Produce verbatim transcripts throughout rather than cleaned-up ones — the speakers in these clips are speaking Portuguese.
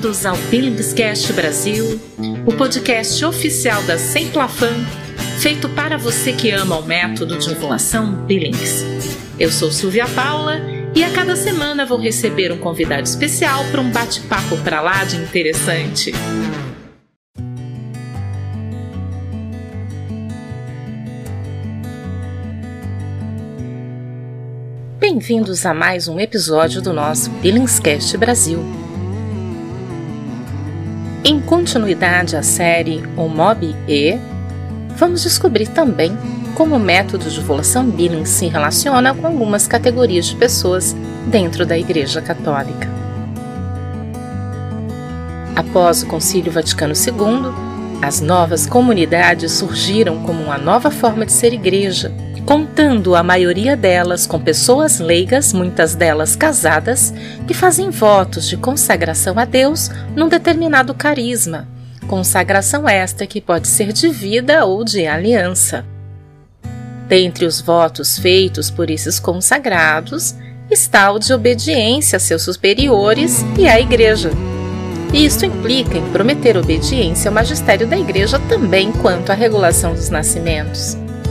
Bem-vindos ao Billingscast Brasil, o podcast oficial da Semplafan, feito para você que ama o método de ovulação Billings. Eu sou Silvia Paula e a cada semana vou receber um convidado especial para um bate-papo pra lá de interessante. Bem-vindos a mais um episódio do nosso Billingscast Brasil. Em continuidade à série O Mob-E, vamos descobrir também como o método de ovulação Billings se relaciona com algumas categorias de pessoas dentro da Igreja Católica. Após o Concílio Vaticano segundo, as novas comunidades surgiram como uma nova forma de ser igreja, contando a maioria delas com pessoas leigas, muitas delas casadas, que fazem votos de consagração a Deus num determinado carisma, consagração esta que pode ser de vida ou de aliança. Dentre os votos feitos por esses consagrados está o de obediência a seus superiores e à Igreja. E isto implica em prometer obediência ao magistério da Igreja também quanto à regulação dos nascimentos.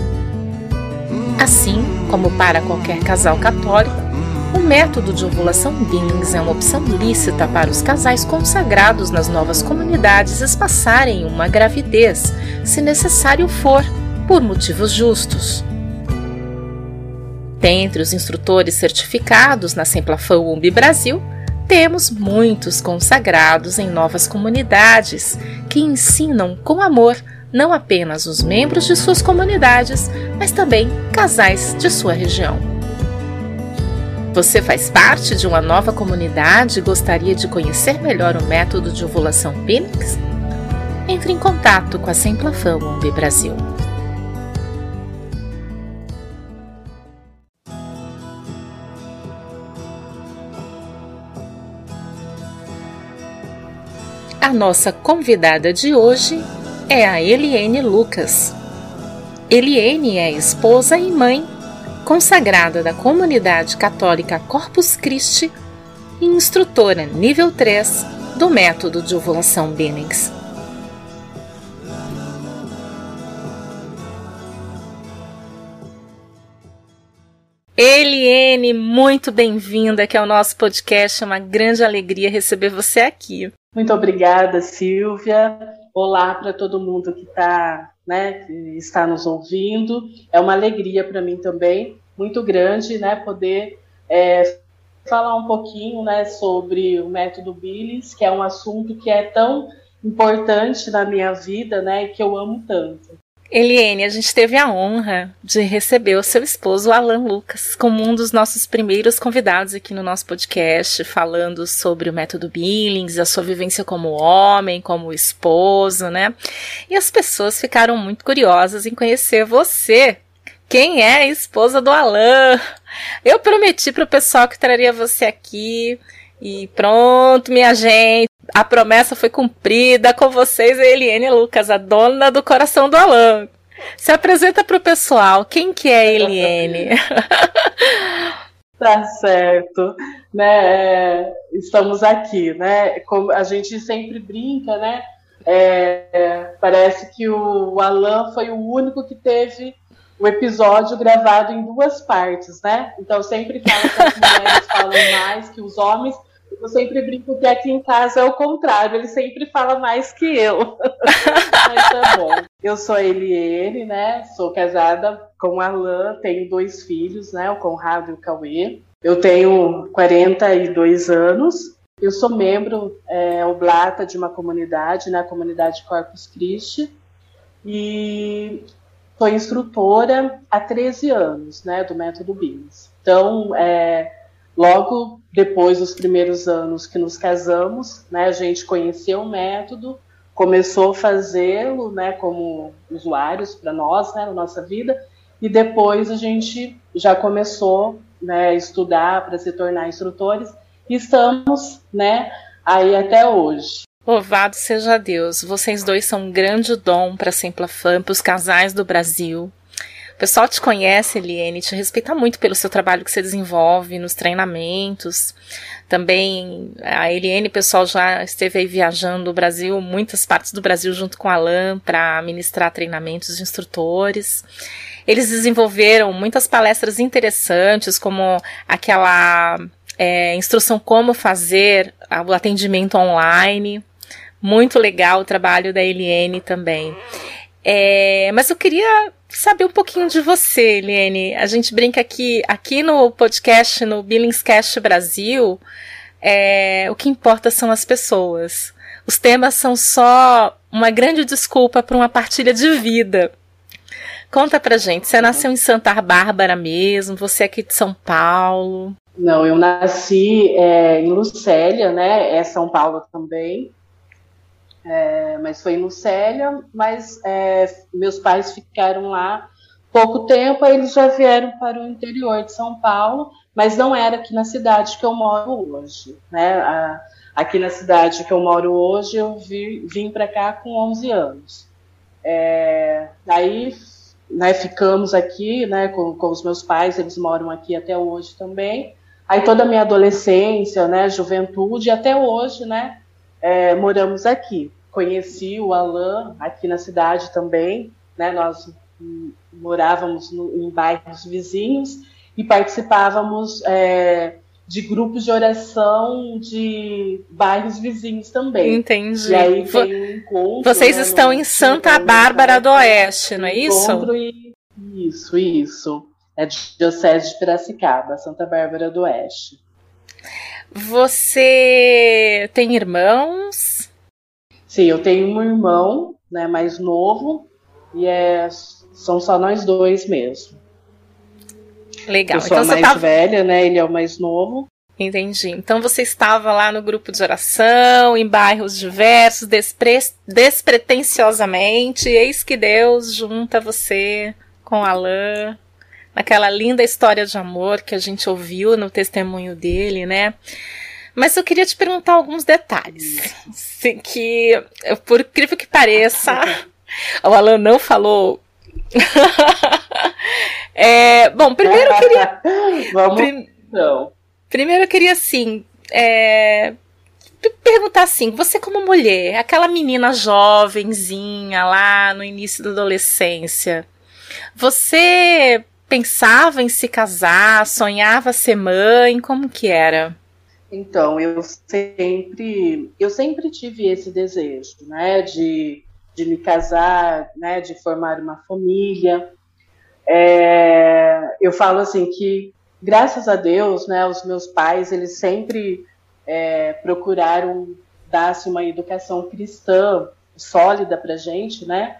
Assim como para qualquer casal católico, o método de ovulação Billings é uma opção lícita para os casais consagrados nas novas comunidades espaçarem uma gravidez, se necessário for, por motivos justos. Dentre os instrutores certificados na Semplafan U M B Brasil, temos muitos consagrados em novas comunidades que ensinam com amor não apenas os membros de suas comunidades, mas também casais de sua região. Você faz parte de uma nova comunidade e gostaria de conhecer melhor o método de ovulação Billings? Entre em contato com a Semplafan U M B Brasil. A nossa convidada de hoje é a Eliene Lucas. Eliene é esposa e mãe, consagrada da comunidade católica Corpus Christi e instrutora nível três do método de ovulação Billings. Eliene, muito bem-vinda aqui ao nosso podcast, é uma grande alegria receber você aqui. Muito obrigada, Silvia. Olá para todo mundo que, tá, né, que está nos ouvindo. É uma alegria para mim também, muito grande, né, poder é, falar um pouquinho, né, sobre o método Billings, que é um assunto que é tão importante na minha vida, né, e que eu amo tanto. Eliene, a gente teve a honra de receber o seu esposo, Alan Lucas, como um dos nossos primeiros convidados aqui no nosso podcast, falando sobre o método Billings, a sua vivência como homem, como esposo, né? E as pessoas ficaram muito curiosas em conhecer você. Quem é a esposa do Alan? Eu prometi para o pessoal que traria você aqui e pronto, minha gente. A promessa foi cumprida. Com vocês, a Eliene Lucas, a dona do coração do Alan. Se apresenta para o pessoal. Quem que é a Eliene? Tá certo. Né, estamos aqui, né? Como a gente sempre brinca, né? É, parece que o Alan foi o único que teve o episódio gravado em duas partes, né? Então, eu sempre falo que as mulheres falam mais que os homens. Eu sempre brinco que aqui em casa é o contrário, ele sempre fala mais que eu. Mas tá bom. Eu sou a Eliene, né? Sou casada com o Alan, tenho dois filhos, né? O Conrado e o Cauê. Eu tenho quarenta e dois anos. Eu sou membro é, oblata de uma comunidade, né? A comunidade Corpus Christi. E sou instrutora há treze anos, né? Do método Billings. Então, é... Logo depois dos primeiros anos que nos casamos, né, a gente conheceu o método, começou a fazê-lo, né, como usuários para nós, né, na nossa vida, e depois a gente já começou, né, a estudar para se tornar instrutores, e estamos, né, aí até hoje. Louvado seja Deus, vocês dois são um grande dom para a Semplafan, para os casais do Brasil. O pessoal te conhece, Eliane, te respeita muito pelo seu trabalho que você desenvolve nos treinamentos. Também a Eliane, o pessoal já esteve aí viajando o Brasil, muitas partes do Brasil junto com a Alain para ministrar treinamentos de instrutores. Eles desenvolveram muitas palestras interessantes, como aquela é, instrução como fazer o atendimento online. Muito legal o trabalho da Eliane também. É, mas eu queria saber um pouquinho de você, Eliane. A gente brinca aqui, aqui no podcast, no Billingscast Brasil, é, o que importa são as pessoas. Os temas são só uma grande desculpa para uma partilha de vida. Conta pra gente, você nasceu em Santa Bárbara mesmo? Você é aqui de São Paulo? Não, eu nasci é, em Lucélia, né? É São Paulo também. É, mas foi em Lucélia, mas é, meus pais ficaram lá pouco tempo, aí eles já vieram para o interior de São Paulo, mas não era aqui na cidade que eu moro hoje, né? A, aqui na cidade que eu moro hoje, eu vi, vim para cá com onze anos. É, aí, né, ficamos aqui, né, com, com os meus pais, eles moram aqui até hoje também. Aí toda a minha adolescência, né, juventude, até hoje, né, é, moramos aqui. Conheci o Alain aqui na cidade também, né? Nós morávamos no, em bairros vizinhos e participávamos é, de grupos de oração de bairros vizinhos também. Entendi. E aí tem um encontro. Vocês, né, estão no, em Santa Bárbara do Oeste, não é isso? E, isso, isso. É Diocese de Piracicaba, Santa Bárbara do Oeste. Você tem irmãos? Sim, eu tenho um irmão, né, mais novo, e é, são só nós dois mesmo. Legal. Eu sou então, a mais tava... velha, né, ele é o mais novo. Entendi. Então você estava lá no grupo de oração, em bairros diversos, despre... despretensiosamente, e eis que Deus junta você com Alain, naquela linda história de amor que a gente ouviu no testemunho dele, né? Mas eu queria te perguntar alguns detalhes, assim, que, por incrível que pareça, o Alain não falou. é, bom, primeiro eu queria... Vamos, prim, não. Primeiro eu queria, assim, é, perguntar assim, você como mulher, aquela menina jovenzinha lá no início da adolescência, você pensava em se casar, sonhava ser mãe, como que era? Então, eu sempre, eu sempre tive esse desejo, né, de, de me casar, né, de formar uma família. É, eu falo assim que, graças a Deus, né, os meus pais, eles sempre é, procuraram dar assim, uma educação cristã sólida pra gente, né,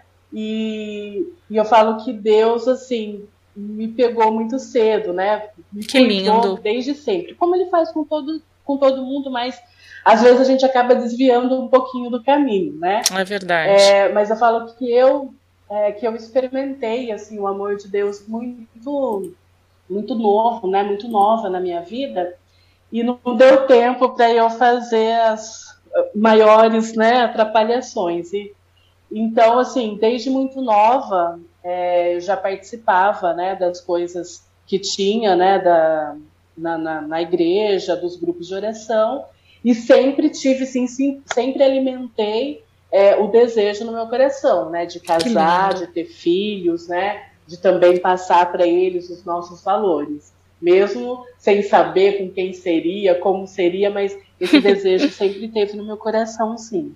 e, e eu falo que Deus, assim, me pegou muito cedo, né, me que lindo, desde sempre, como ele faz com todo com todo mundo, mas às vezes a gente acaba desviando um pouquinho do caminho, né? É verdade. É, mas eu falo que eu, é, que eu experimentei assim, o amor de Deus muito, muito novo, né? Muito nova na minha vida, e não deu tempo para eu fazer as maiores, né, atrapalhações. E, então, assim, desde muito nova, é, eu já participava, né, das coisas que tinha, né, da... Na, na, na igreja, dos grupos de oração, e sempre tive, sim, sim, sempre alimentei é, o desejo no meu coração, né, de casar, de ter filhos, né, de também passar para eles os nossos valores, mesmo sem saber com quem seria, como seria, mas esse desejo sempre teve no meu coração, sim.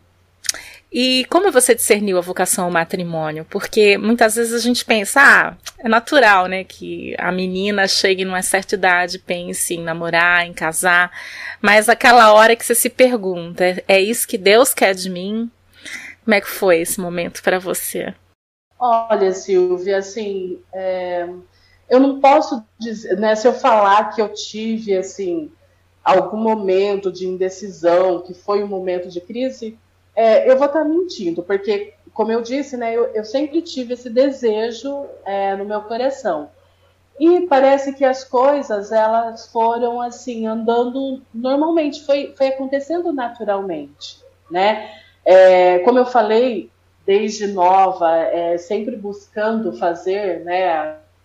E como você discerniu a vocação ao matrimônio? Porque muitas vezes a gente pensa, ah, é natural, né, que a menina chegue numa certa idade, pense em namorar, em casar, mas aquela hora que você se pergunta, é isso que Deus quer de mim? Como é que foi esse momento para você? Olha, Silvia, assim, é, eu não posso dizer, né, se eu falar que eu tive, assim, algum momento de indecisão, que foi um momento de crise, É, eu vou estar mentindo, porque, como eu disse, né, eu, eu sempre tive esse desejo é, no meu coração. E parece que as coisas, elas foram, assim, andando normalmente, foi, foi acontecendo naturalmente, né? É, como eu falei, desde nova, é, sempre buscando fazer, né,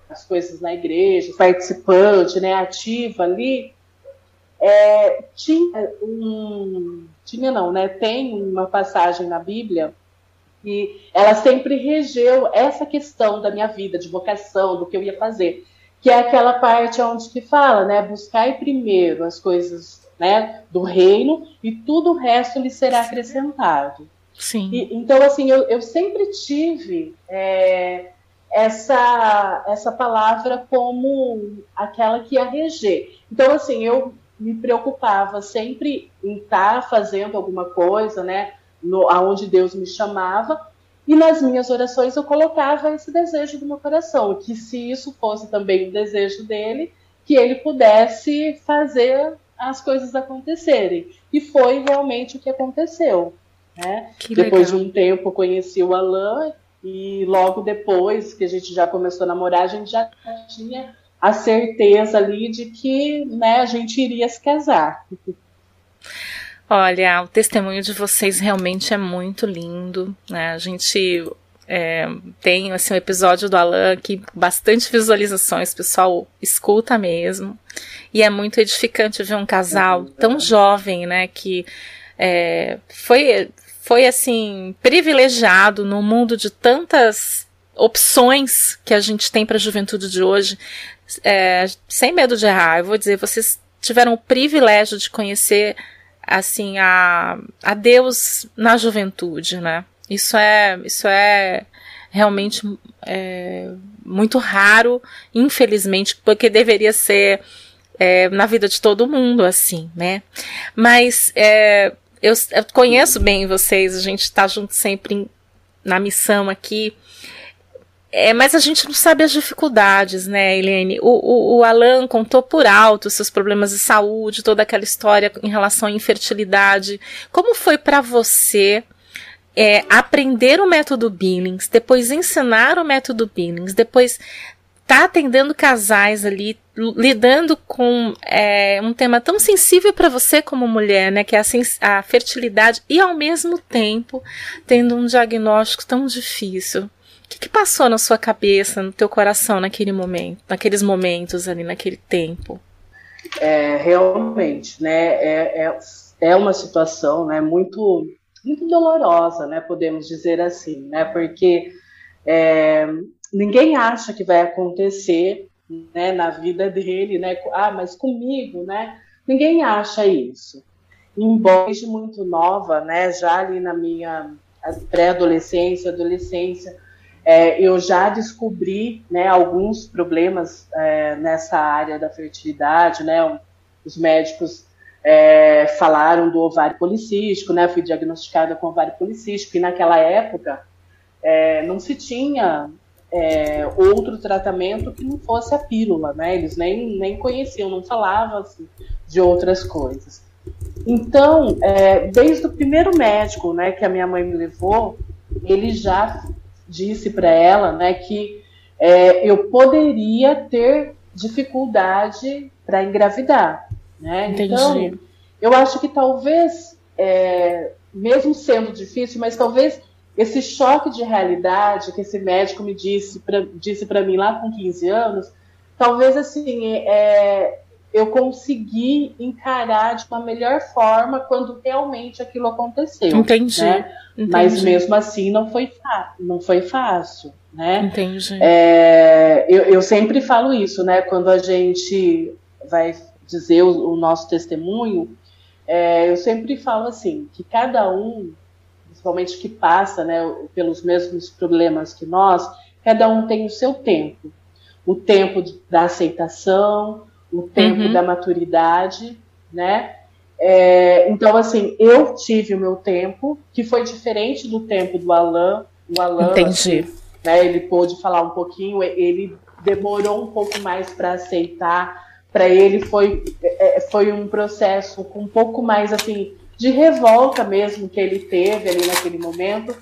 as coisas na igreja, participante, né, ativa ali, é, tinha um, tinha não, né, tem uma passagem na Bíblia e ela sempre regeu essa questão da minha vida, de vocação, do que eu ia fazer, que é aquela parte onde que fala, né, buscai primeiro as coisas, né, do reino e tudo o resto lhe será acrescentado. Sim. E, então, assim, eu, eu sempre tive é, essa, essa palavra como aquela que ia reger. Então, assim, eu me preocupava sempre em estar fazendo alguma coisa, né, no, aonde Deus me chamava, e nas minhas orações eu colocava esse desejo do meu coração, que se isso fosse também o desejo dele, que ele pudesse fazer as coisas acontecerem. E foi realmente o que aconteceu. Né? Depois de um tempo eu conheci o Alan e logo depois que a gente já começou a namorar, a gente já tinha a certeza ali de que, né, a gente iria se casar. Olha, o testemunho de vocês realmente é muito lindo, né? A gente é, tem assim, um episódio do Alan que bastante visualizações, o pessoal escuta mesmo, e é muito edificante ver um casal tão jovem, né, que é, foi... foi assim, privilegiado no mundo de tantas opções que a gente tem para a juventude de hoje, é, sem medo de errar. Eu vou dizer, vocês tiveram o privilégio de conhecer assim, a, a Deus na juventude, né? Isso é, isso é realmente é, muito raro, infelizmente, porque deveria ser é, na vida de todo mundo assim, né? Mas é, Eu, eu conheço bem vocês, a gente está junto sempre em, na missão aqui, é, mas a gente não sabe as dificuldades, né, Eliane? O, o, o Alan contou por alto os seus problemas de saúde, toda aquela história em relação à infertilidade. Como foi para você é, aprender o método Billings, depois ensinar o método Billings, depois tá atendendo casais ali, lidando com é, um tema tão sensível para você como mulher, né, que é a, a fertilidade, e ao mesmo tempo tendo um diagnóstico tão difícil? O que, que passou na sua cabeça, no teu coração naquele momento, naqueles momentos ali, naquele tempo? É, realmente, né, é, é, é uma situação, né, muito, muito dolorosa, né, podemos dizer assim, né, porque é, ninguém acha que vai acontecer, né, na vida dele, né? Ah, mas comigo, né? Ninguém acha isso. Embora desde muito nova, né? Já ali na minha pré-adolescência, adolescência, é, eu já descobri, né, alguns problemas é, nessa área da fertilidade, né? Os médicos é, falaram do ovário policístico, né? Eu fui diagnosticada com ovário policístico e naquela época é, não se tinha É, outro tratamento que não fosse a pílula, né? Eles nem, nem conheciam, não falavam assim, de outras coisas. Então, é, desde o primeiro médico, né, que a minha mãe me levou, ele já disse para ela, né, que é, eu poderia ter dificuldade para engravidar, né? Então, eu acho que talvez, é, mesmo sendo difícil, mas talvez esse choque de realidade que esse médico me disse para disse para mim lá com quinze anos, talvez assim, é, eu consegui encarar de uma melhor forma quando realmente aquilo aconteceu. Entendi. Né? Entendi. Mas mesmo assim não foi, não foi fácil. Né? Entendi. É, eu, eu sempre falo isso, né? Quando a gente vai dizer o, o nosso testemunho, é, eu sempre falo assim, que cada um, principalmente que passa, né, pelos mesmos problemas que nós, cada um tem o seu tempo. O tempo da aceitação, o tempo uhum. da maturidade, né? É, então, assim, eu tive o meu tempo, que foi diferente do tempo do Alan. O Alan, Entendi. Assim, né, ele pôde falar um pouquinho, ele demorou um pouco mais para aceitar. Para ele foi, foi um processo com um pouco mais, assim, de revolta mesmo que ele teve ali naquele momento.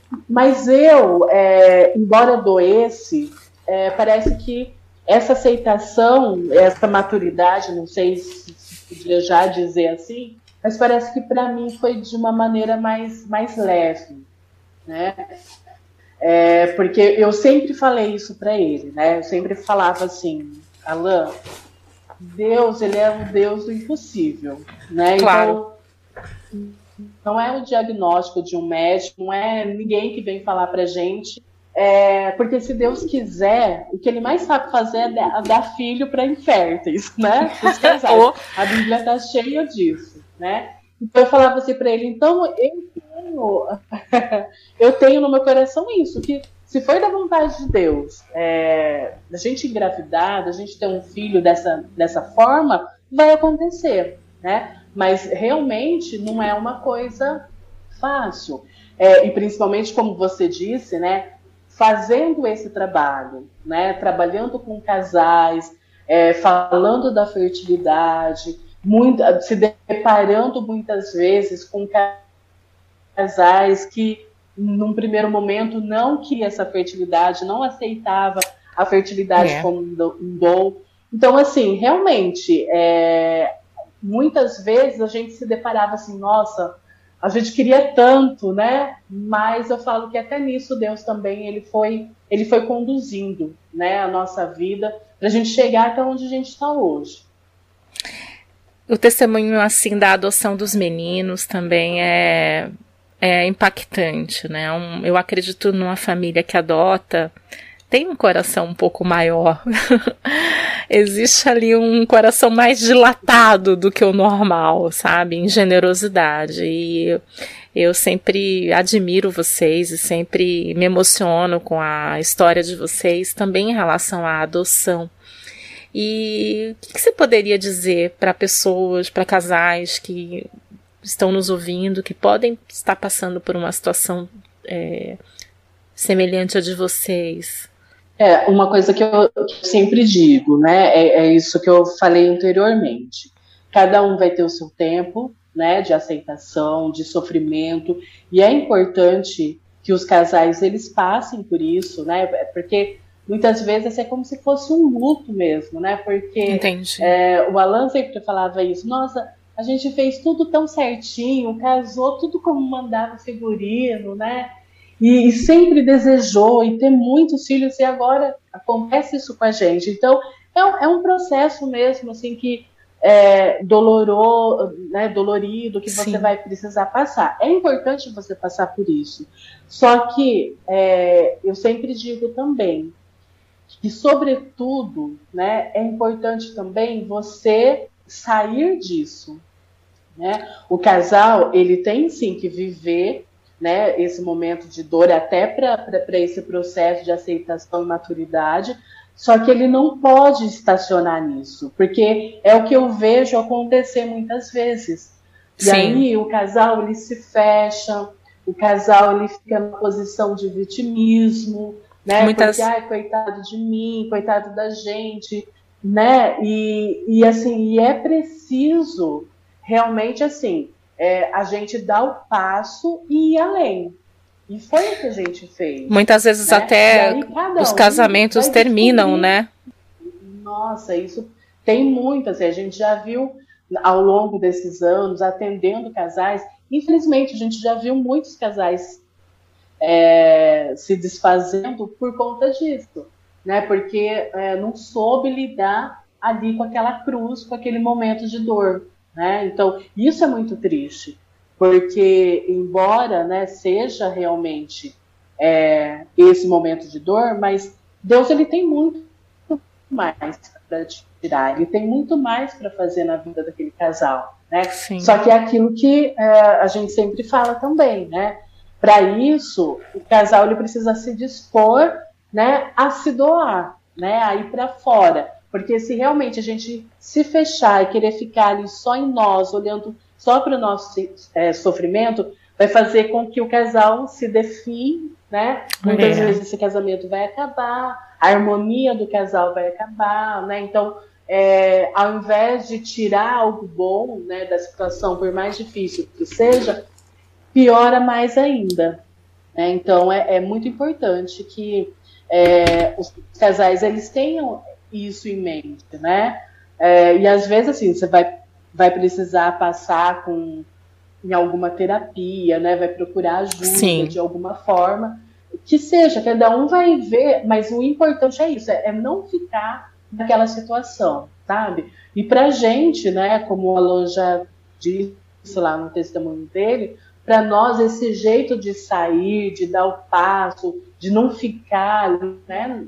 Mas eu, é, embora doesse, é, parece que essa aceitação, essa maturidade, não sei se, se podia já dizer assim, mas parece que para mim foi de uma maneira mais, mais leve, né? É, porque eu sempre falei isso para ele, né? Eu sempre falava assim, Alan, Deus, ele é o Deus do impossível, né? Claro. Então, não é o diagnóstico de um médico, não é ninguém que vem falar pra gente, é, porque se Deus quiser, o que ele mais sabe fazer é dar, dar filho para inférteis, né? Os casais. Oh. A Bíblia tá cheia disso, né? Então eu falava assim para ele, então eu tenho, eu tenho no meu coração isso, que se for da vontade de Deus, é, da gente engravidar, da gente ter um filho dessa, dessa forma, vai acontecer, né? Mas realmente não é uma coisa fácil. É, e principalmente, como você disse, né, fazendo esse trabalho, né, trabalhando com casais, é, falando da fertilidade, muito, se deparando muitas vezes com casais que, num primeiro momento, não queria essa fertilidade, não aceitava a fertilidade é. como um dom. Então, assim, realmente, é, muitas vezes a gente se deparava assim, nossa, a gente queria tanto, né? Mas eu falo que até nisso Deus também ele foi, ele foi conduzindo, né, a nossa vida para a gente chegar até onde a gente está hoje. O testemunho assim da adoção dos meninos também é, é impactante, né? Um, eu acredito numa família que adota tem um coração um pouco maior. Existe ali um coração mais dilatado do que o normal, sabe? Em generosidade. E eu sempre admiro vocês e sempre me emociono com a história de vocês, também em relação à adoção. E o que você poderia dizer para pessoas, para casais que estão nos ouvindo, que podem estar passando por uma situação é, semelhante à de vocês? É, uma coisa que eu, que eu sempre digo, né, é, é isso que eu falei anteriormente. Cada um vai ter o seu tempo, né, de aceitação, de sofrimento, e é importante que os casais, eles passem por isso, né, porque muitas vezes é como se fosse um luto mesmo, né, porque é, o Alan sempre falava isso, nossa, a gente fez tudo tão certinho, casou tudo como mandava o figurino, né, E, e sempre desejou e ter muitos filhos, e agora acontece isso com a gente. Então, é um, é um processo mesmo, assim, que é doloroso, né, dolorido, que Sim. você vai precisar passar. É importante você passar por isso. Só que é, eu sempre digo também que, sobretudo, né, é importante também você sair disso. Né? O casal, ele tem sim que viver, né, esse momento de dor até para esse processo de aceitação e maturidade, só que ele não pode estacionar nisso, porque é o que eu vejo acontecer muitas vezes. E Sim. aí o casal ele se fecha, o casal ele fica na posição de vitimismo, né, muitas... porque, ai, coitado de mim, coitado da gente, né, e, e assim, e é preciso realmente assim, É, a gente dá o passo e ir além. E foi o que a gente fez. Muitas vezes né? até aí, os casamentos terminam, né? Nossa, isso tem muitas. A gente já viu ao longo desses anos, atendendo casais. Infelizmente, a gente já viu muitos casais é, se desfazendo por conta disso. Né? Porque é, não soube lidar ali com aquela cruz, com aquele momento de dor. Né? Então, isso é muito triste, porque embora né, seja realmente é, esse momento de dor, mas Deus ele tem muito mais para tirar, ele tem muito mais para fazer na vida daquele casal. Né? Só que é aquilo que é, a gente sempre fala também, né? Para isso, o casal ele precisa se dispor, né, a se doar, né, a ir para fora. Porque se realmente a gente se fechar e querer ficar ali só em nós, olhando só para o nosso é, sofrimento, vai fazer com que o casal se define, né? Muitas é. vezes esse casamento vai acabar, a harmonia do casal vai acabar, né? Então, é, ao invés de tirar algo bom, né, da situação, por mais difícil que seja, piora mais ainda. Né? Então, é, é muito importante que é, os casais eles tenham isso em mente, né? É, e às vezes assim você vai, vai precisar passar com, em alguma terapia, né? Vai procurar ajuda Sim. de alguma forma, que seja, cada um vai ver, mas o importante é isso, é, é não ficar naquela situação, sabe? E pra gente, né, como o Alan já disse lá no testemunho dele, para nós esse jeito de sair, de dar o passo, de não ficar, né,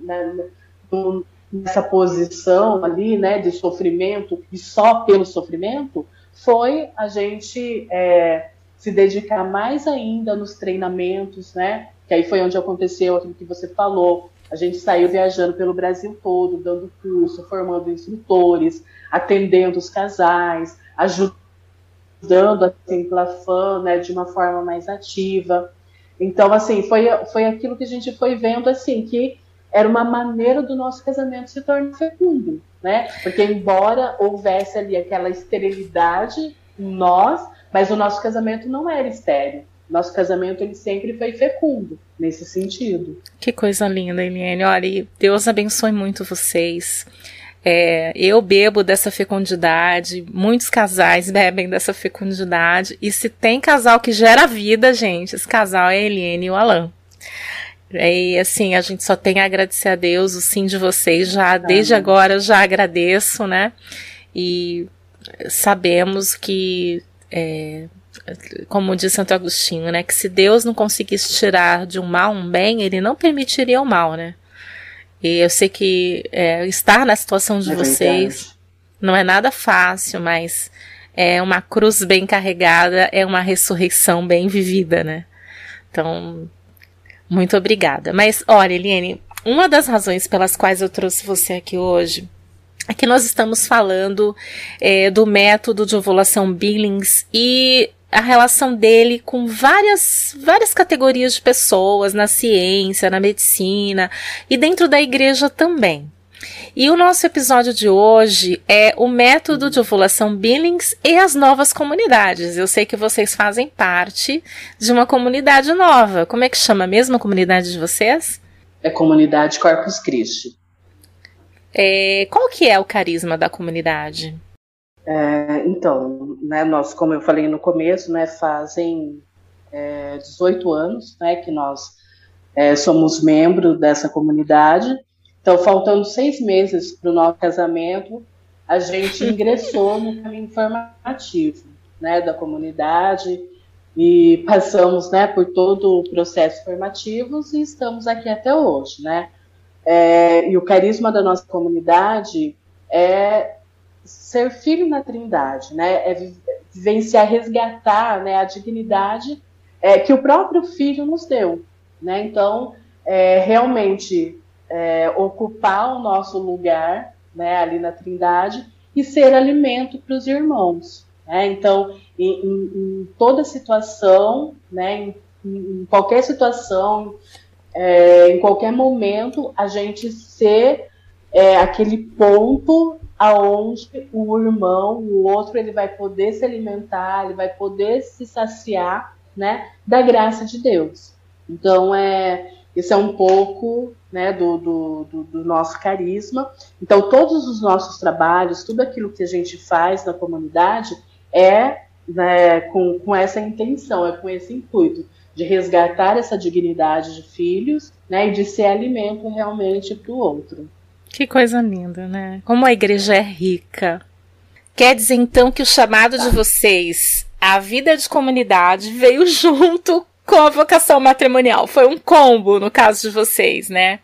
nessa posição ali, né, de sofrimento e só pelo sofrimento, foi a gente é, se dedicar mais ainda nos treinamentos, né, que aí foi onde aconteceu aquilo que você falou. A gente saiu viajando pelo Brasil todo, dando curso, formando instrutores, atendendo os casais, ajudando a Simpla Fan, né, de uma forma mais ativa. Então, assim, foi, foi aquilo que a gente foi vendo, assim, que era uma maneira do nosso casamento se tornar fecundo, né? Porque embora houvesse ali aquela esterilidade em nós, mas o nosso casamento não era estéril. Nosso casamento, ele sempre foi fecundo, nesse sentido. Que coisa linda, Eliane. Olha, e Deus abençoe muito vocês. É, eu bebo dessa fecundidade, muitos casais bebem dessa fecundidade, e se tem casal que gera vida, gente, esse casal é a Eliane e o Alan. E assim, a gente só tem a agradecer a Deus, o sim de vocês, já desde agora eu já agradeço, né? E sabemos que é, como diz Santo Agostinho, né, que se Deus não conseguisse tirar de um mal um bem, ele não permitiria o mal, né? E eu sei que é, estar na situação de é vocês verdade. Não é nada fácil, mas é uma cruz bem carregada, é uma ressurreição bem vivida, né? Então, muito obrigada. Mas, olha, Eliane, uma das razões pelas quais eu trouxe você aqui hoje é que nós estamos falando é, do método de ovulação Billings e a relação dele com várias, várias categorias de pessoas, na ciência, na medicina e dentro da igreja também. E o nosso episódio de hoje é o método de ovulação Billings e as novas comunidades. Eu sei que vocês fazem parte de uma comunidade nova. Como é que chama mesmo a comunidade de vocês? É Comunidade Corpus Christi. É, qual que é o carisma da comunidade? É, então, né, nós, como eu falei no começo, né, fazem é, dezoito anos, né, que nós é, somos membros dessa comunidade. Então, faltando seis meses para o nosso casamento, a gente ingressou no caminho formativo, né, da comunidade e passamos, né, por todo o processo formativo e estamos aqui até hoje, né. É, e o carisma da nossa comunidade é ser filho na Trindade, né? É vivenciar, resgatar, né, a dignidade é, que o próprio Filho nos deu, né? Então, é, realmente é, ocupar o nosso lugar, né, ali na Trindade e ser alimento para os irmãos, né? Então, em, em, em toda situação, né, em, em qualquer situação, é, em qualquer momento, a gente ser é, aquele ponto aonde o irmão, o outro, ele vai poder se alimentar, ele vai poder se saciar, né, da graça de Deus. Então, é, esse é um pouco, né, do, do, do, do nosso carisma. Então, todos os nossos trabalhos, tudo aquilo que a gente faz na comunidade é, né, com, com essa intenção, é com esse intuito de resgatar essa dignidade de filhos, né, e de ser alimento realmente para o outro. Que coisa linda, né? Como a igreja é rica. Quer dizer, então, que o chamado tá. de vocês, a vida de comunidade, veio junto com a vocação matrimonial. Foi um combo, no caso de vocês, né?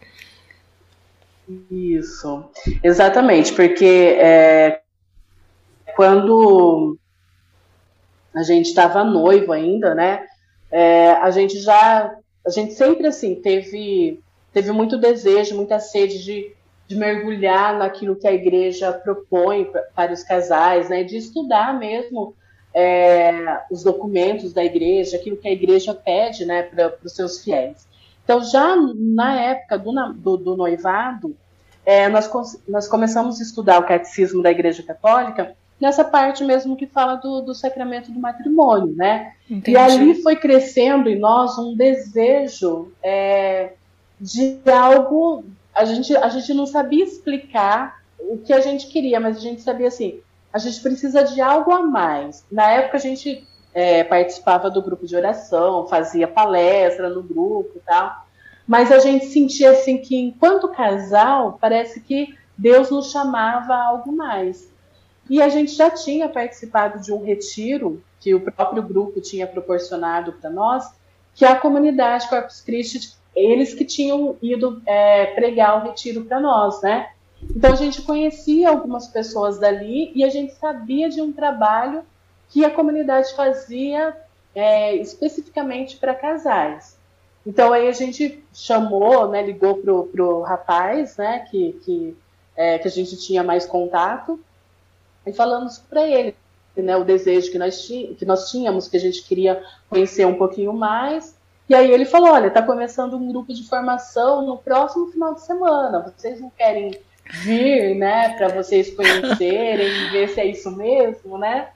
Isso. Exatamente, porque é, quando a gente estava noivo ainda, né? É, a gente já... A gente sempre, assim, teve, teve muito desejo, muita sede de de mergulhar naquilo que a igreja propõe para os casais, né, de estudar mesmo é, os documentos da igreja, aquilo que a igreja pede, né, para os seus fiéis. Então, já na época do, do, do noivado, é, nós, nós começamos a estudar o catecismo da Igreja Católica nessa parte mesmo que fala do, do sacramento do matrimônio, né? Entendi. E ali foi crescendo em nós um desejo é, de algo... A gente, a gente não sabia explicar o que a gente queria, mas a gente sabia assim, a gente precisa de algo a mais. Na época a gente é, participava do grupo de oração, fazia palestra no grupo e tal, mas a gente sentia assim que, enquanto casal, parece que Deus nos chamava a algo mais. E a gente já tinha participado de um retiro que o próprio grupo tinha proporcionado para nós, que a comunidade Corpus Christi, eles que tinham ido é, pregar o retiro para nós, né? Então a gente conhecia algumas pessoas dali e a gente sabia de um trabalho que a comunidade fazia é, especificamente para casais. Então aí a gente chamou, né, ligou pro, pro rapaz, né, que, que, é, que a gente tinha mais contato, e falamos para ele, né, o desejo que nós, que nós tínhamos, que a gente queria conhecer um pouquinho mais. E aí ele falou, olha, está começando um grupo de formação no próximo final de semana, vocês não querem vir, né, para vocês conhecerem, ver se é isso mesmo, né?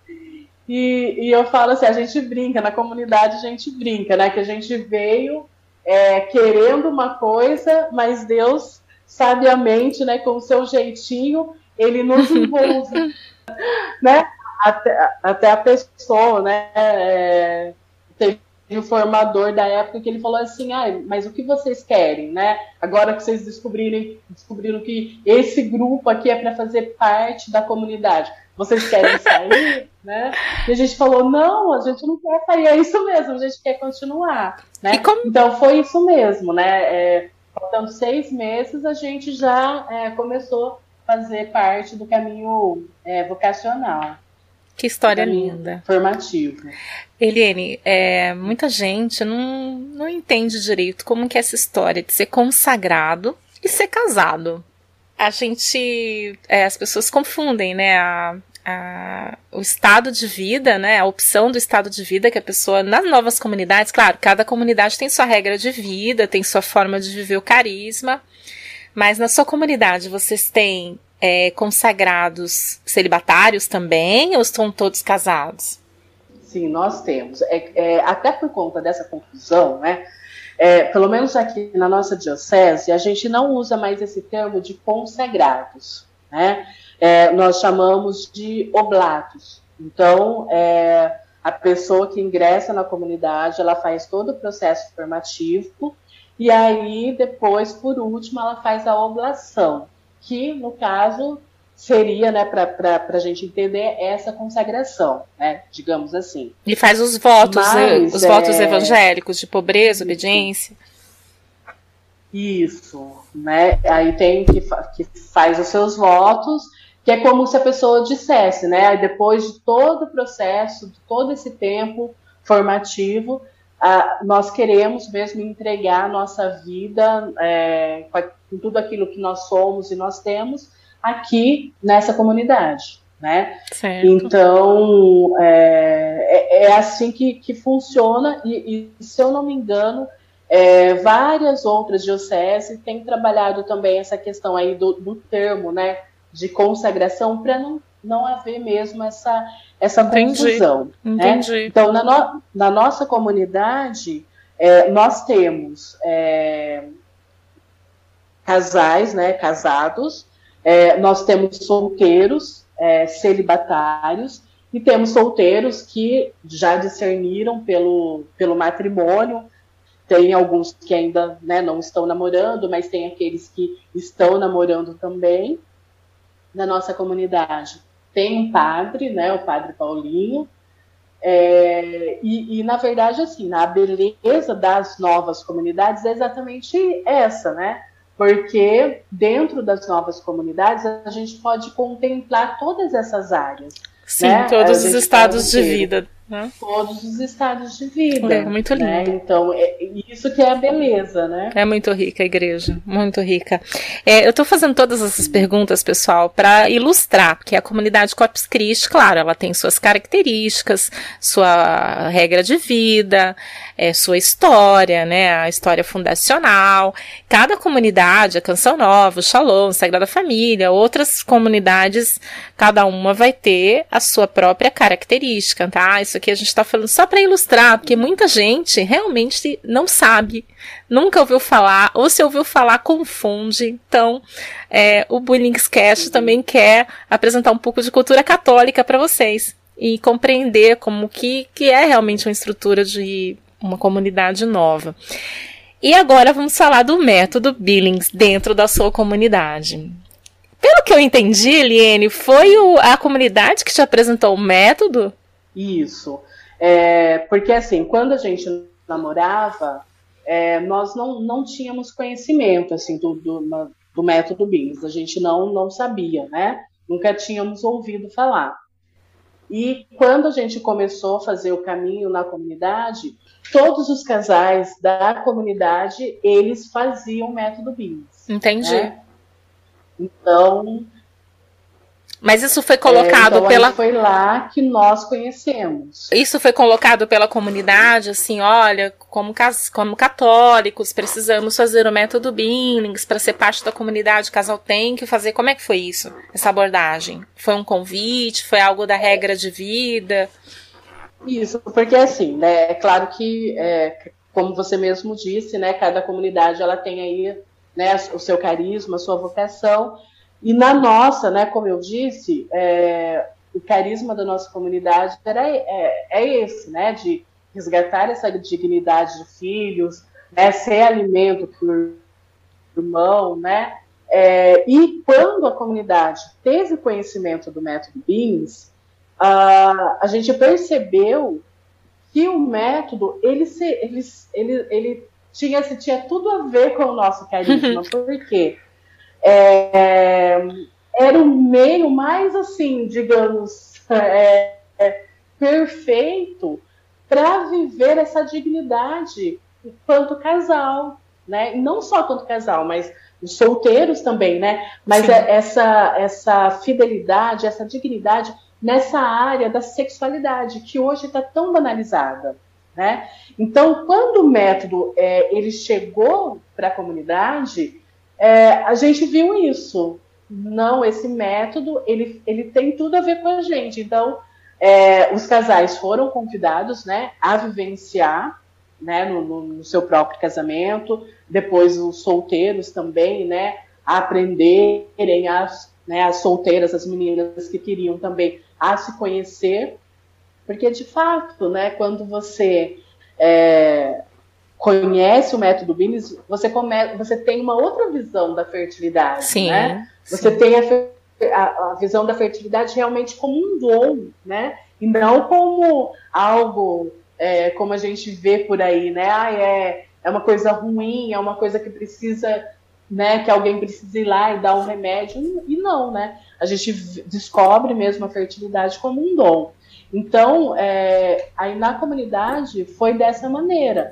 E, e eu falo assim, a gente brinca, na comunidade a gente brinca, né, que a gente veio é, querendo uma coisa, mas Deus, sabiamente, né, com o seu jeitinho, ele nos envolve, né, até, até a pessoa, né, é, teve o formador da época que ele falou assim, ah, mas o que vocês querem, né? Agora que vocês descobrirem, descobriram que esse grupo aqui é para fazer parte da comunidade, vocês querem sair, né? E a gente falou, não, a gente não quer sair, é isso mesmo, a gente quer continuar, né? Como... Então foi isso mesmo, né? É, faltando seis meses, a gente já é, começou a fazer parte do caminho é, vocacional. Que história linda. Formativo. Eliane, é, muita gente não, não entende direito como que é essa história de ser consagrado e ser casado. A gente, é, as pessoas confundem, né, a, a, o estado de vida, né, a opção do estado de vida que a pessoa, nas novas comunidades, claro, cada comunidade tem sua regra de vida, tem sua forma de viver o carisma, mas na sua comunidade vocês têm É, consagrados celibatários também, ou estão todos casados? Sim, nós temos. É, é, até por conta dessa confusão, né? É, pelo menos aqui na nossa diocese, a gente não usa mais esse termo de consagrados, né? É, nós chamamos de oblatos. Então, é, a pessoa que ingressa na comunidade, ela faz todo o processo formativo e aí, depois, por último, ela faz a oblação, que, no caso, seria, né, para a gente entender essa consagração, né, digamos assim. E faz os votos, Mas, os é... votos evangélicos de pobreza, isso. Obediência. Isso, né, aí tem que, que faz os seus votos, que é como se a pessoa dissesse, né, aí depois de todo o processo, de todo esse tempo formativo, ah, nós queremos mesmo entregar a nossa vida é, com tudo aquilo que nós somos e nós temos aqui nessa comunidade, né? Certo. Então, é, é assim que, que funciona e, e, se eu não me engano, é, várias outras dioceses têm trabalhado também essa questão aí do, do termo, né, de consagração, para não, não haver mesmo essa, essa Entendi. confusão. Entendi. Né? Então, na, no, na nossa comunidade, é, nós temos é, casais, né, casados, é, nós temos solteiros, é, celibatários, e temos solteiros que já discerniram pelo, pelo matrimônio. Tem alguns que ainda, né, não estão namorando, mas tem aqueles que estão namorando também. Na nossa comunidade tem um padre, né, o Padre Paulinho, é, e, e na verdade, assim, a beleza das novas comunidades é exatamente essa, né? Porque dentro das novas comunidades a gente pode contemplar todas essas áreas. Sim, né? todos os estados de vida. Né? Todos os estados de vida. É muito lindo. Né? Então, é isso que é a beleza, né? É muito rica a igreja, muito rica. É, eu estou fazendo todas essas perguntas, pessoal, para ilustrar, porque a comunidade Corpus Christi, claro, ela tem suas características, sua regra de vida, é, sua história, né, a história fundacional. Cada comunidade, a Canção Nova, o Shalom, Sagrada Família, outras comunidades, cada uma vai ter a sua própria característica, tá? Isso aqui a gente está falando só para ilustrar, porque muita gente realmente não sabe, nunca ouviu falar, ou se ouviu falar, confunde. Então, é, o Bulingscast também quer apresentar um pouco de cultura católica para vocês e compreender como que, que é realmente uma estrutura de uma comunidade nova. E agora vamos falar do método Billings dentro da sua comunidade. Pelo que eu entendi, Eliene, foi o, a comunidade que te apresentou o método? Isso. É, porque, assim, quando a gente namorava, é, nós não, não tínhamos conhecimento, assim, do, do, do método Billings. A gente não, não sabia, né? Nunca tínhamos ouvido falar. E quando a gente começou a fazer o caminho na comunidade, todos os casais da comunidade, eles faziam o método Billings. Entendi. Né? Então... Mas isso foi colocado é, então pela... foi lá que nós conhecemos. Isso foi colocado pela comunidade, assim, olha, como, como católicos, precisamos fazer o método Billings para ser parte da comunidade, o casal tem que fazer. Como é que foi isso, essa abordagem? Foi um convite? Foi algo da regra de vida? Isso, porque assim, né, é claro que, é, como você mesmo disse, né, cada comunidade ela tem aí, né, o seu carisma, a sua vocação. E na nossa, né, como eu disse, é, o carisma da nossa comunidade era, é, é esse, né, de resgatar essa dignidade de filhos, né, ser alimento para o irmão, né, é, e quando a comunidade teve conhecimento do método Billings, a, a gente percebeu que o método, ele, se, ele, ele, ele tinha, tinha tudo a ver com o nosso carisma, por quê? É, era o meio mais, assim, digamos, é, é, perfeito para viver essa dignidade enquanto casal, né? E não só quanto casal, mas os solteiros também, né? Mas é, essa, essa fidelidade, essa dignidade nessa área da sexualidade, que hoje está tão banalizada, né? Então, quando o método é, ele chegou para a comunidade... É, a gente viu isso. Não, esse método, ele, ele tem tudo a ver com a gente. Então, é, os casais foram convidados, né, a vivenciar, né, no, no, no seu próprio casamento. Depois, os solteiros também, né, a aprenderem, as, né, as solteiras, as meninas que queriam também a se conhecer. Porque, de fato, né, quando você... É, conhece o método Billings, você, come, você tem uma outra visão da fertilidade, sim, né? Sim. Você tem a, a, a visão da fertilidade realmente como um dom, né? E não como algo, é, como a gente vê por aí, né? Ah, é, é uma coisa ruim, é uma coisa que precisa, né? Que alguém precisa ir lá e dar um remédio. E não, né? A gente descobre mesmo a fertilidade como um dom. Então, é, aí na comunidade foi dessa maneira.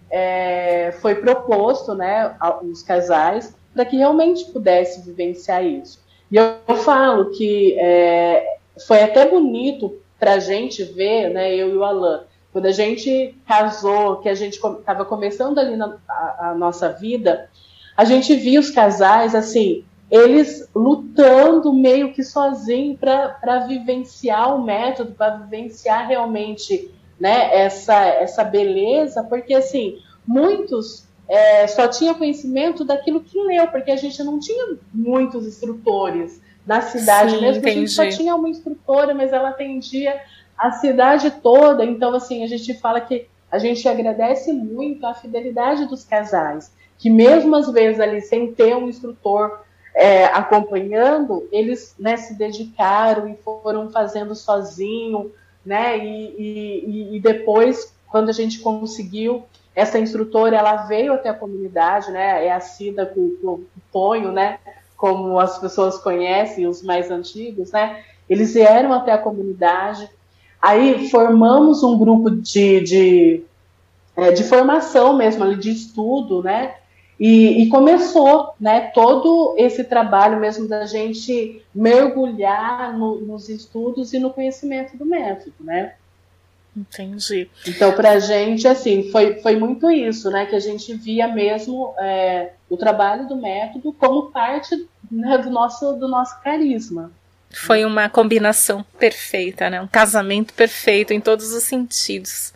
É, foi proposto, né, aos casais para que realmente pudesse vivenciar isso. E eu, eu falo que é, foi até bonito para a gente ver, né, eu e o Alan, quando a gente casou, que a gente estava começando ali na a, a nossa vida, a gente via os casais, assim, eles lutando meio que sozinhos para vivenciar o método, para vivenciar realmente, né, essa, essa beleza, porque assim, muitos é, só tinham conhecimento daquilo que leu, porque a gente não tinha muitos instrutores na cidade. Sim, mesmo, entendi. A gente só tinha uma instrutora, mas ela atendia a cidade toda. Então, assim, a gente fala que a gente agradece muito a fidelidade dos casais, que mesmo às vezes ali sem ter um instrutor é, acompanhando, eles, né, se dedicaram e foram fazendo sozinho, né, e, e, e depois, quando a gente conseguiu, essa instrutora, ela veio até a comunidade, né, é a Cida com, com o Tonho, né, como as pessoas conhecem, os mais antigos, né, eles vieram até a comunidade, aí formamos um grupo de, de, de formação mesmo, ali, de estudo, né, e, e começou, né, todo esse trabalho mesmo da gente mergulhar no, nos estudos e no conhecimento do método, né. Entendi. Então, para a gente, assim, foi, foi muito isso, né, que a gente via mesmo é, o trabalho do método como parte, né, do, nosso, do nosso carisma. Foi uma combinação perfeita, né, um casamento perfeito em todos os sentidos.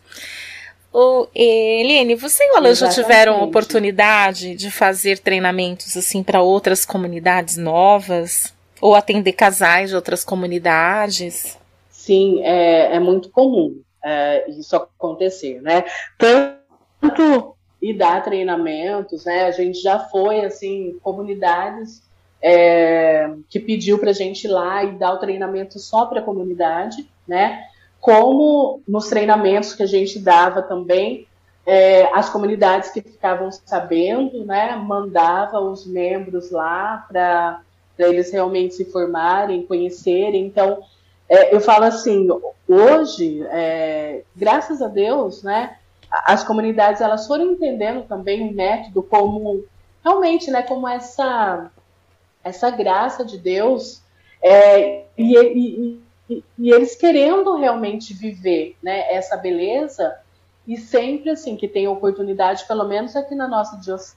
Ô, Eliene, você e o Alan já tiveram oportunidade de fazer treinamentos assim para outras comunidades novas? Ou atender casais de outras comunidades? Sim, é, é muito comum é, isso acontecer, né? Tanto e dar treinamentos, né? A gente já foi, assim, comunidades é, que pediu para a gente ir lá e dar o treinamento só para a comunidade, né? Como nos treinamentos que a gente dava também, é, as comunidades que ficavam sabendo, né? Mandava os membros lá para eles realmente se formarem, conhecerem. Então, é, eu falo assim, hoje, é, graças a Deus, né? As comunidades, elas foram entendendo também o método como, realmente, né, como essa, essa graça de Deus, é, e, e, e, e eles querendo realmente viver, né, essa beleza, e sempre, assim, que tem oportunidade, pelo menos aqui na nossa diocese,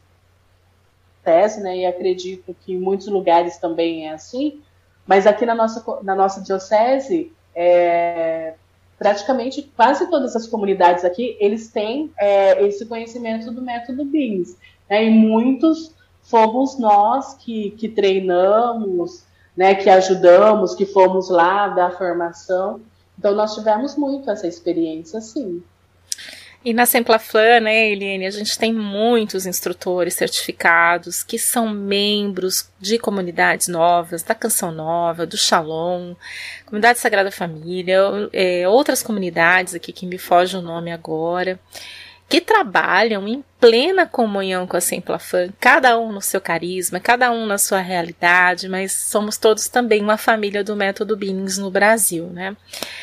né, e acredito que em muitos lugares também é assim, mas aqui na nossa, na nossa diocese, é, praticamente quase todas as comunidades aqui, eles têm é, esse conhecimento do método B I M S, né? E muitos fomos nós que, que treinamos, né? Que ajudamos, que fomos lá dar formação. Então, nós tivemos muito essa experiência, sim. E na Semplaflan, né, Eliane, a gente tem muitos instrutores certificados que são membros de comunidades novas, da Canção Nova, do Shalom, Comunidade Sagrada Família, é, outras comunidades aqui que me foge o nome agora, que trabalham em plena comunhão com a Semplaflan, cada um no seu carisma, cada um na sua realidade, mas somos todos também uma família do método B I M S no Brasil, né?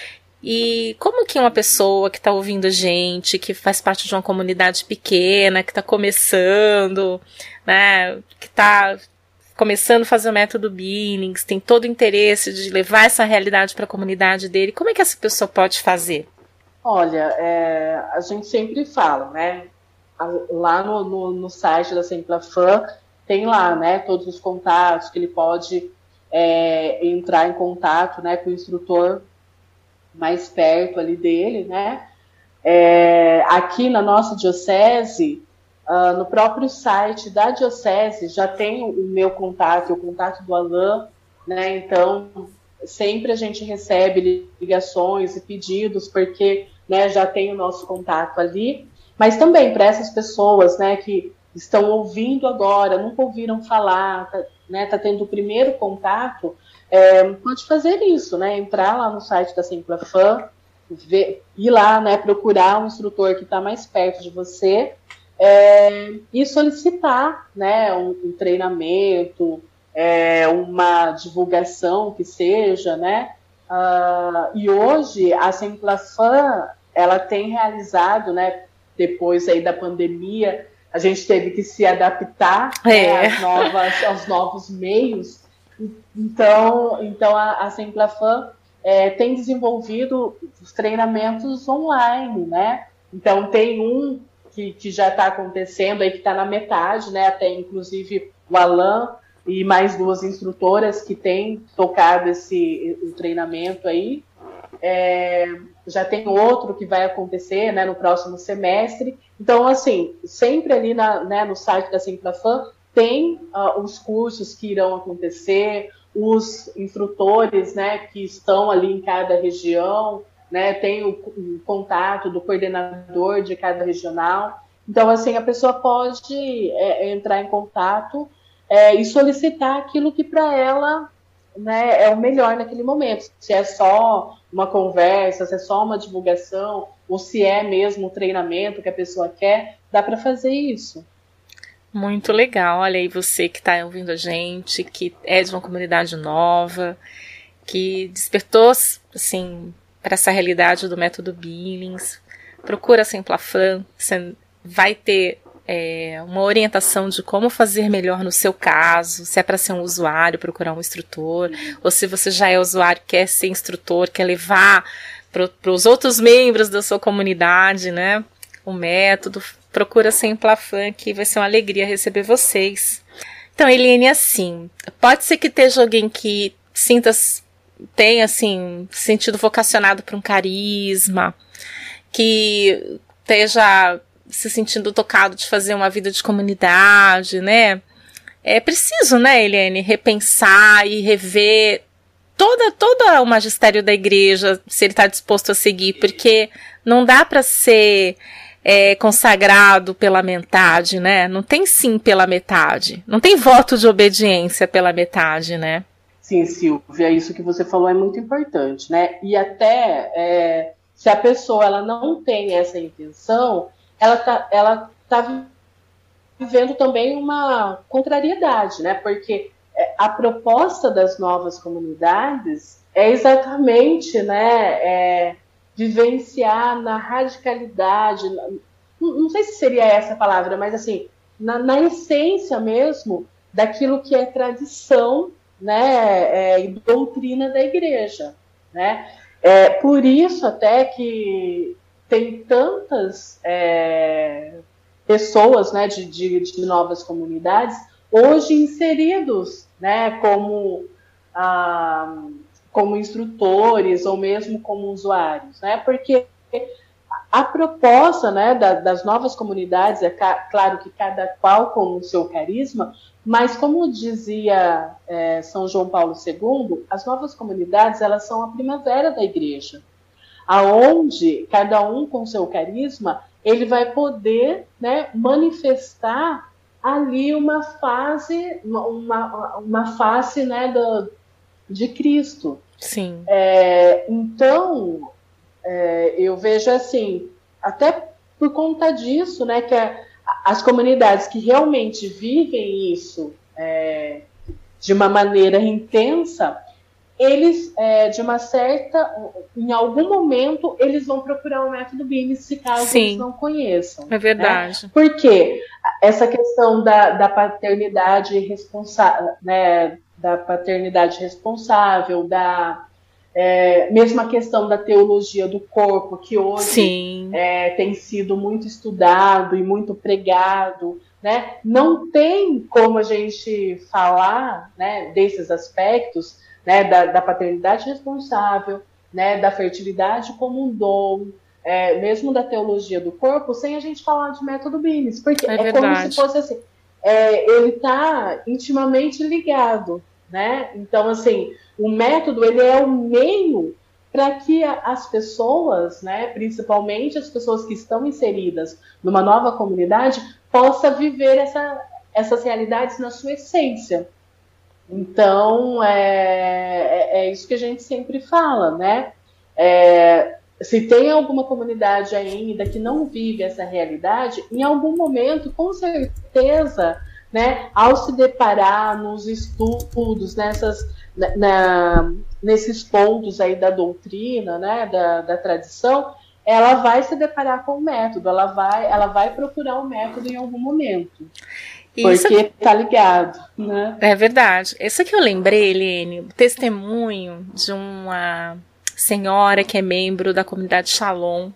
E como que uma pessoa que está ouvindo a gente, que faz parte de uma comunidade pequena, que está começando, né, que está começando a fazer o método B I M S, tem todo o interesse de levar essa realidade para a comunidade dele, como é que essa pessoa pode fazer? Olha, é, a gente sempre fala, né, lá no, no, no site da Semplaflan, tem lá, né, todos os contatos que ele pode é, entrar em contato, né, com o instrutor mais perto ali dele, né? É, aqui na nossa diocese, uh, no próprio site da diocese, já tem o meu contato, o contato do Alain, né? Então, sempre a gente recebe ligações e pedidos, porque, né, já tem o nosso contato ali. Mas também para essas pessoas, né, que estão ouvindo agora, nunca ouviram falar, tá, né, tá tendo o primeiro contato, É, pode fazer isso, né? Entrar lá no site da Semplaflan, ver, ir lá, né? Procurar um instrutor que está mais perto de você é, e solicitar, né? Um, um treinamento, é, uma divulgação que seja, né? Uh, e hoje a Semplaflan, ela tem realizado, né? Depois aí da pandemia, a gente teve que se adaptar, é. né, às novas, aos novos meios. Então, então a, a Semplaflan é, tem desenvolvido os treinamentos online, né? Então tem um que, que já está acontecendo aí, que está na metade, né? Tem inclusive o Alain e mais duas instrutoras que têm tocado esse o treinamento aí. É, já tem outro que vai acontecer, né, no próximo semestre. Então, assim, sempre ali na, né, no site da Semplaflan tem uh, os cursos que irão acontecer, os instrutores, né, que estão ali em cada região, né, tem o, o contato do coordenador de cada regional. Então, assim, a pessoa pode é, entrar em contato é, e solicitar aquilo que para ela, né, é o melhor naquele momento. Se é só uma conversa, se é só uma divulgação, ou se é mesmo o treinamento que a pessoa quer, dá para fazer isso. Muito legal, olha aí você que está ouvindo a gente, que é de uma comunidade nova, que despertou, assim, para essa realidade do método B I M S, procura a Semplaflan, você vai ter é, uma orientação de como fazer melhor no seu caso, se é para ser um usuário, procurar um instrutor, ou se você já é usuário, quer ser instrutor, quer levar para os outros membros da sua comunidade, né, o método, procura a Semplaflan, que vai ser uma alegria receber vocês. Então, Eliane, assim, pode ser que esteja alguém que sinta, tenha, assim, sentido vocacionado para um carisma, que esteja se sentindo tocado de fazer uma vida de comunidade, né? É preciso, né, Eliane, repensar e rever toda, toda o magistério da igreja, se ele está disposto a seguir, porque não dá para ser é consagrado pela metade, né? Não tem sim pela metade. Não tem voto de obediência pela metade, né? Sim, Silvia, isso que você falou é muito importante, né? E até é, se a pessoa ela não tem essa intenção, ela tá, ela tá vivendo também uma contrariedade, né? Porque a proposta das novas comunidades é exatamente, né, é, vivenciar na radicalidade, não, não sei se seria essa a palavra, mas assim, na, na essência mesmo daquilo que é tradição, né, é, e doutrina da igreja, né? É por isso até que tem tantas é, pessoas, né, de, de, de novas comunidades hoje inseridos, né, como, ah, como instrutores ou mesmo como usuários, né? Porque a proposta, né, da, das novas comunidades é claro que cada qual com o seu carisma, mas como dizia é, São João Paulo segundo, as novas comunidades elas são a primavera da igreja, aonde cada um com seu carisma ele vai poder, né, manifestar ali uma fase, uma, uma face, né, do, de Cristo. Sim. É, então é, eu vejo assim, até por conta disso, né, que a, as comunidades que realmente vivem isso é, de uma maneira intensa, eles, é, de uma certa, em algum momento, eles vão procurar o método B I M S, caso Sim. eles não conheçam. É verdade. Né? Por quê? Essa questão da, da paternidade responsável, né, da paternidade responsável, da É, mesmo a questão da teologia do corpo, que hoje é, tem sido muito estudado e muito pregado, né? Não tem como a gente falar, né, desses aspectos, né, da, da paternidade responsável, né, da fertilidade como um dom, é, mesmo da teologia do corpo, sem a gente falar de método B I M S, porque é, é como se fosse assim, é, ele está intimamente ligado, né? Então, assim, o método ele é um meio para que a, as pessoas, né, principalmente as pessoas que estão inseridas numa nova comunidade, possam viver essa, essas realidades na sua essência. Então, é, é, é isso que a gente sempre fala, né? É, se tem alguma comunidade ainda que não vive essa realidade, em algum momento, com certeza, né, ao se deparar nos estudos, nessas, na, nesses pontos aí da doutrina, né, da, da tradição, ela vai se deparar com o método, ela vai, ela vai procurar o método em algum momento. Isso porque está ligado, né? É verdade. Isso que eu lembrei, Helene, o testemunho de uma senhora que é membro da comunidade Shalom.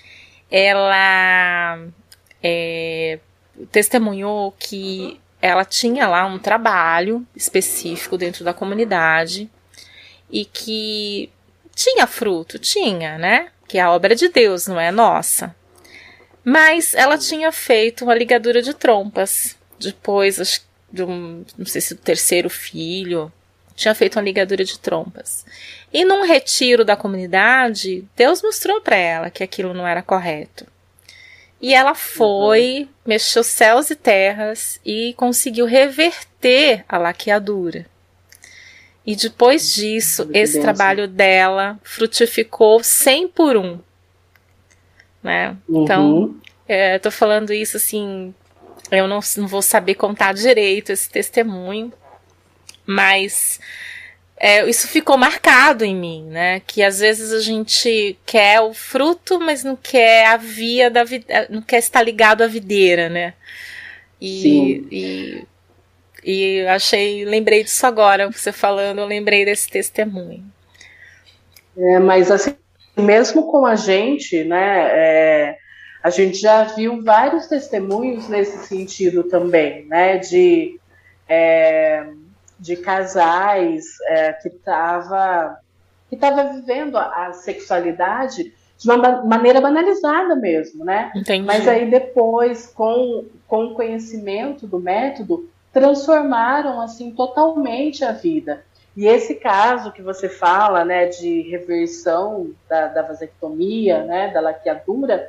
Ela é, testemunhou que ela tinha lá um trabalho específico dentro da comunidade e que tinha fruto, tinha, né? Que a obra é de Deus, não é nossa. Mas ela tinha feito uma ligadura de trompas. Depois, acho, de um, não sei se do terceiro filho, tinha feito uma ligadura de trompas. E num retiro da comunidade, Deus mostrou para ela que aquilo não era correto. E ela foi, uhum. mexeu céus e terras e conseguiu reverter a laqueadura. E depois disso, esse Deus. trabalho dela frutificou cem por um. Né? Uhum. Então, é, tô falando isso assim, eu não, não vou saber contar direito esse testemunho, mas é, isso ficou marcado em mim, né? Que às vezes a gente quer o fruto, mas não quer a via da vida, não quer estar ligado à videira, né? E, Sim. e, e achei, lembrei disso agora, você falando, eu lembrei desse testemunho. É, mas assim, mesmo com a gente, né? É, a gente já viu vários testemunhos nesse sentido também, né? De é, de casais é, que estavam que tava vivendo a, a sexualidade de uma maneira banalizada mesmo, né? Entendi. Mas aí depois, com, com o conhecimento do método, transformaram assim totalmente a vida. E esse caso que você fala, né, de reversão da, da vasectomia, né, da laqueadura,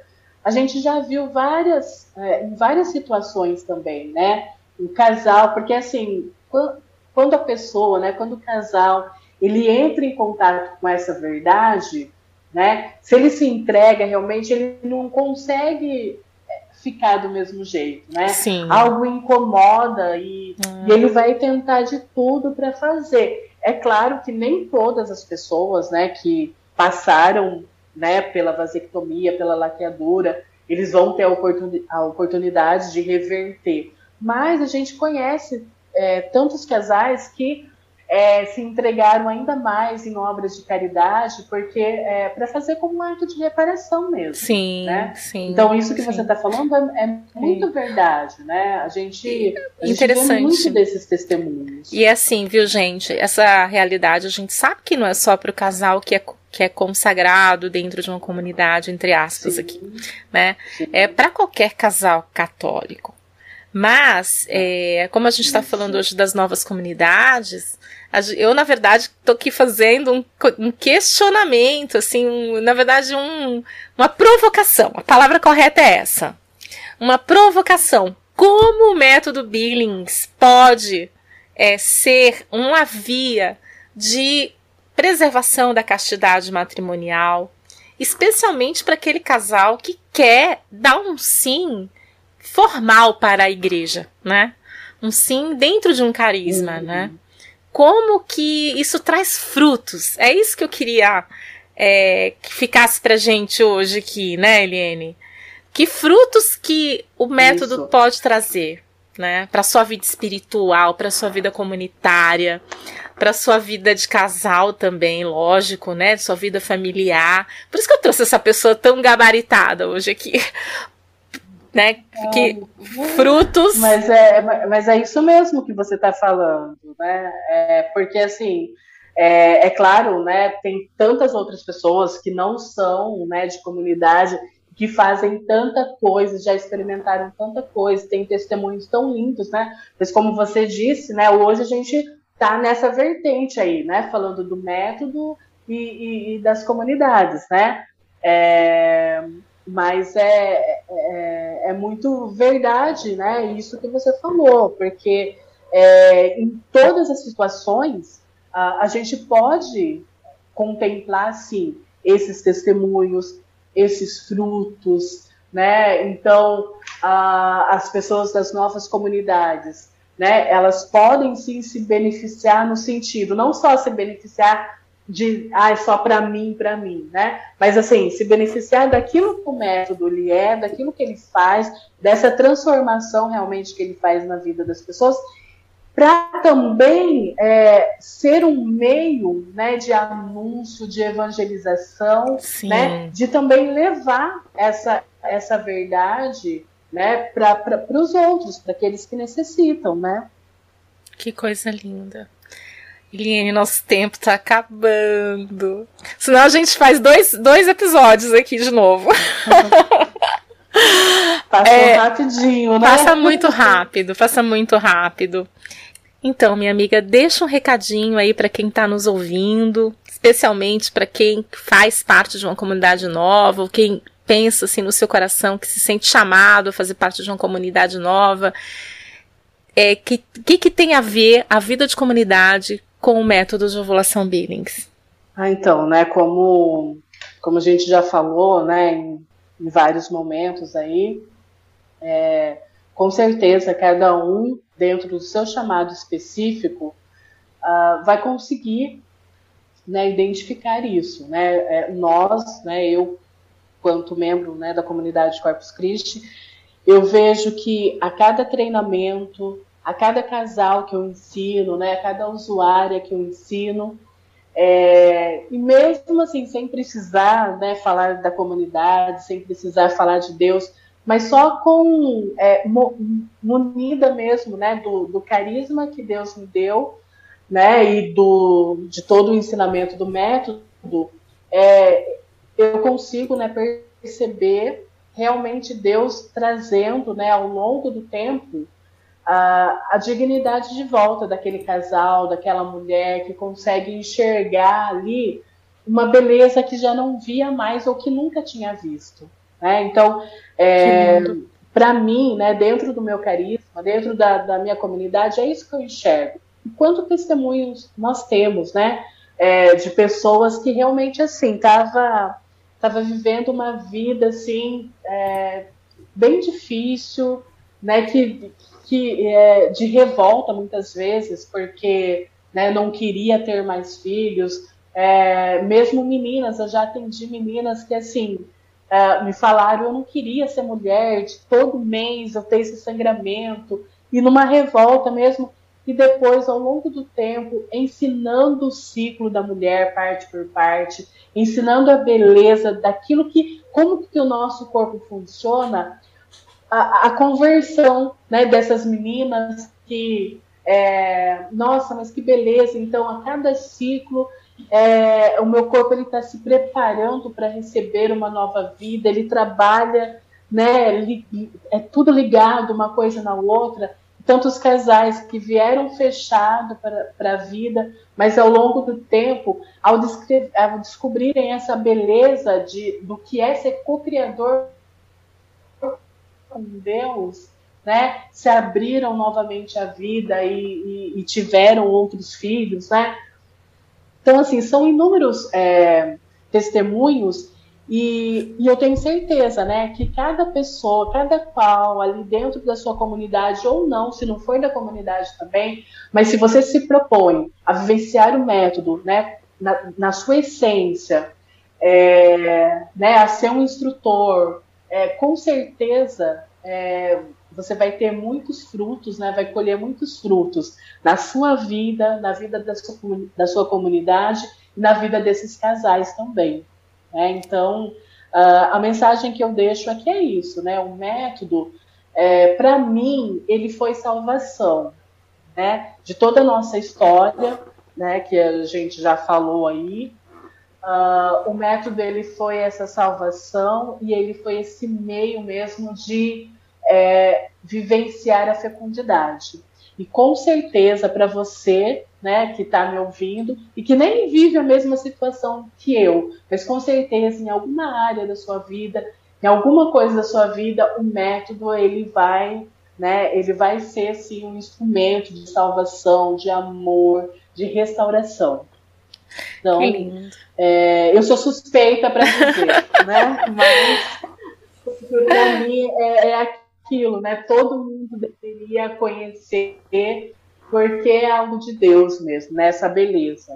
a gente já viu várias, é, em várias situações também, né? O casal, porque assim, quando a pessoa, né, quando o casal, ele entra em contato com essa verdade, né? Se ele se entrega realmente, ele não consegue ficar do mesmo jeito, né? Sim. Algo incomoda e, hum. e ele vai tentar de tudo para fazer. É claro que nem todas as pessoas, né, que passaram, né, pela vasectomia, pela laqueadura, eles vão ter a, oportuni- a oportunidade de reverter. Mas a gente conhece é, tantos casais que é, se entregaram ainda mais em obras de caridade, porque é, para fazer como um ato de reparação mesmo. Sim, né? sim. Então isso que sim. você está falando é, é muito sim. verdade, né? A gente, a gente Interessante. vê muito desses testemunhos. E é assim, viu, gente? Essa realidade a gente sabe que não é só para o casal que é que é consagrado dentro de uma comunidade, entre aspas, sim. aqui, né? Sim. É para qualquer casal católico. Mas, é, como a gente está falando hoje das novas comunidades, eu, na verdade, estou aqui fazendo um, um questionamento, assim, um, na verdade, um, uma provocação. A palavra correta é essa. Uma provocação. Como o método Billings pode é, ser uma via de preservação da castidade matrimonial, especialmente para aquele casal que quer dar um sim formal para a igreja, né? Um sim dentro de um carisma, uhum. né? Como que isso traz frutos? É isso que eu queria é, que ficasse pra gente hoje aqui, né, Eliane? Que frutos que o método isso. pode trazer, né? Para sua vida espiritual, para sua vida comunitária, para sua vida de casal também, lógico, né? Sua vida familiar. Por isso que eu trouxe essa pessoa tão gabaritada hoje aqui. Né? Que frutos. Mas é, mas é isso mesmo que você está falando, né? É, porque assim, é, é claro, né? Tem tantas outras pessoas que não são, né, de comunidade, que fazem tanta coisa, já experimentaram tanta coisa, tem testemunhos tão lindos, né? Mas como você disse, né? Hoje a gente está nessa vertente aí, né? Falando do método e, e, e das comunidades, né? É, Mas é, é, é muito verdade, né? Isso que você falou, porque é, em todas as situações a, a gente pode contemplar, sim, esses testemunhos, esses frutos, né? Então, a, as pessoas das novas comunidades, né? Elas podem, sim, se beneficiar no sentido, não só se beneficiar de, ah, é só para mim, para mim, né? Mas, assim, se beneficiar daquilo que o método ele é, daquilo que ele faz, dessa transformação realmente que ele faz na vida das pessoas, para também é, ser um meio, né, de anúncio, de evangelização, né, de também levar essa, essa verdade, né, para os outros, para aqueles que necessitam, né? Que coisa linda. Eliane, nosso tempo tá acabando. Senão a gente faz dois, dois episódios aqui de novo. Passa é, rapidinho, né? Passa muito rápido, passa muito rápido. Então, minha amiga, deixa um recadinho aí para quem tá nos ouvindo, especialmente para quem faz parte de uma comunidade nova, ou quem pensa assim no seu coração, que se sente chamado a fazer parte de uma comunidade nova. É, que, que que tem a ver a vida de comunidade com o método de ovulação Billings? Ah, então, né, como, como a gente já falou, né, em, em vários momentos aí, é, com certeza cada um, dentro do seu chamado específico, uh, vai conseguir, né, identificar isso, né, é, nós, né, eu, quanto membro, né, da comunidade Corpus Christi, eu vejo que a cada treinamento, a cada casal que eu ensino, né, a cada usuária que eu ensino, é, e mesmo assim, sem precisar, né, falar da comunidade, sem precisar falar de Deus, mas só com, é, munida mesmo, né, do, do carisma que Deus me deu, né, e do, de todo o ensinamento do método, é, eu consigo, né, perceber realmente Deus trazendo, né, ao longo do tempo, a, a dignidade de volta daquele casal, daquela mulher que consegue enxergar ali uma beleza que já não via mais ou que nunca tinha visto, Né? Então, é, para mim, né, dentro do meu carisma, dentro da, da minha comunidade, é isso que eu enxergo. E quantos testemunhos nós temos, né, é, de pessoas que realmente, assim, tava, tava vivendo uma vida, assim, é, bem difícil, né, que, que é, de revolta, muitas vezes, porque, né, não queria ter mais filhos, é, mesmo meninas, eu já atendi meninas que, assim, Uh, me falaram, eu não queria ser mulher, de todo mês eu ter esse sangramento, e numa revolta mesmo, e depois, ao longo do tempo, ensinando o ciclo da mulher, parte por parte, ensinando a beleza daquilo que, como que o nosso corpo funciona, a, a conversão, né, dessas meninas que, é, nossa, mas que beleza, então a cada ciclo É, o meu corpo está se preparando para receber uma nova vida, ele trabalha, né, li, é tudo ligado uma coisa na outra. Tantos casais que vieram fechados para a vida, mas ao longo do tempo, ao, descrever, ao descobrirem essa beleza de, do que é ser co-criador com Deus, né, se abriram novamente à vida e, e, e tiveram outros filhos, né? Então, assim, são inúmeros é, testemunhos e, e eu tenho certeza, né, que cada pessoa, cada qual ali dentro da sua comunidade ou não, se não for da comunidade também, mas se você se propõe a vivenciar o método, né, na, na sua essência, é, né, a ser um instrutor, é, com certeza é, você vai ter muitos frutos, né, vai colher muitos frutos na sua vida, na vida da sua, da sua comunidade e na vida desses casais também. Né? Então, uh, a mensagem que eu deixo aqui é isso, né? O método, é, para mim, ele foi salvação, né? De toda a nossa história, né, que a gente já falou aí. Uh, o método, ele foi essa salvação e ele foi esse meio mesmo de É, vivenciar a fecundidade. E com certeza para você, né, que está me ouvindo e que nem vive a mesma situação que eu, mas com certeza em alguma área da sua vida, em alguma coisa da sua vida, o método ele vai, né, ele vai ser assim, um instrumento de salvação, de amor, de restauração. Então, é, eu sou suspeita para dizer, né, mas para mim é, é aquilo, né? Todo mundo deveria conhecer, porque é algo de Deus mesmo, né? Essa beleza.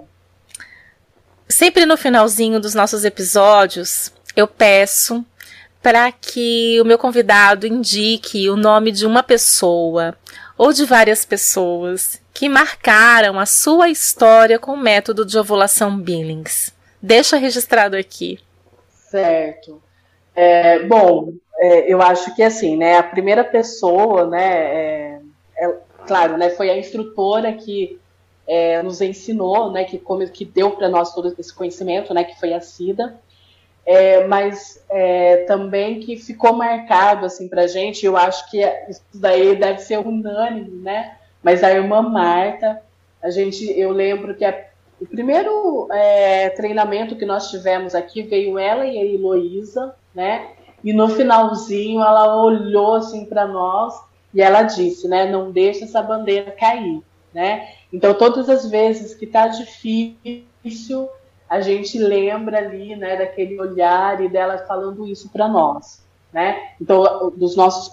Sempre no finalzinho dos nossos episódios, eu peço para que o meu convidado indique o nome de uma pessoa ou de várias pessoas que marcaram a sua história com o método de ovulação Billings. Deixa registrado aqui. Certo. É, bom, é, eu acho que assim, né, a primeira pessoa, né, é, é, claro, né, foi a instrutora que é, nos ensinou, né, que, como, que deu para nós todo esse conhecimento, né, que foi a Cida, é, mas é, também que ficou marcado assim, para a gente, eu acho que isso daí deve ser unânime, né, mas a irmã Marta, a gente, eu lembro que a, o primeiro é, treinamento que nós tivemos aqui veio ela e a Heloísa, né? E no finalzinho ela olhou assim para nós e ela disse, né? Não deixa essa bandeira cair, né? Então todas as vezes que tá difícil, a gente lembra ali, né? Daquele olhar e dela falando isso para nós, né? Então dos nossos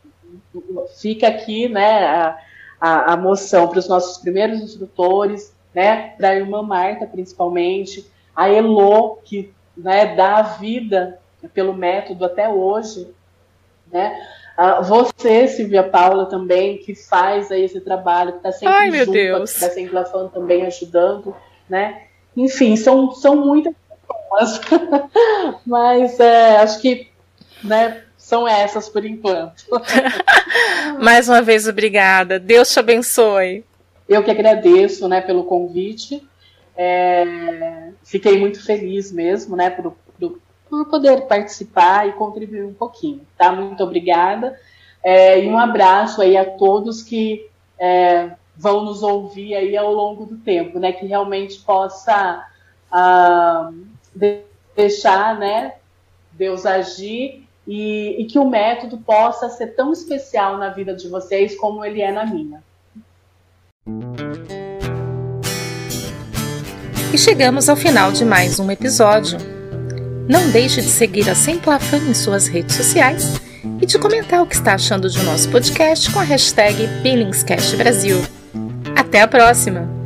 fica aqui, né? A, a, a moção para os nossos primeiros instrutores, né? Para a irmã Marta principalmente, a Elô que, né? Dá a vida pelo método até hoje, né? Uh, você, Silvia Paula, também, que faz aí esse trabalho, que está sempre Ai, junto, que está sempre lá falando também, ajudando, né? Enfim, são, são muitas pessoas, mas é, acho que, né, são essas por enquanto. Mais uma vez, obrigada. Deus te abençoe. Eu que agradeço, né, pelo convite. É, fiquei muito feliz mesmo, né, por por poder participar e contribuir um pouquinho, tá? Muito obrigada. É, e um abraço aí a todos que é, vão nos ouvir aí ao longo do tempo, né? Que realmente possa ah, deixar, né, Deus agir e, e que o método possa ser tão especial na vida de vocês como ele é na minha. E chegamos ao final de mais um episódio. Não deixe de seguir a Sem Plafond em suas redes sociais e de comentar o que está achando de nosso podcast com a hashtag Peelingscast Brasil. Até a próxima!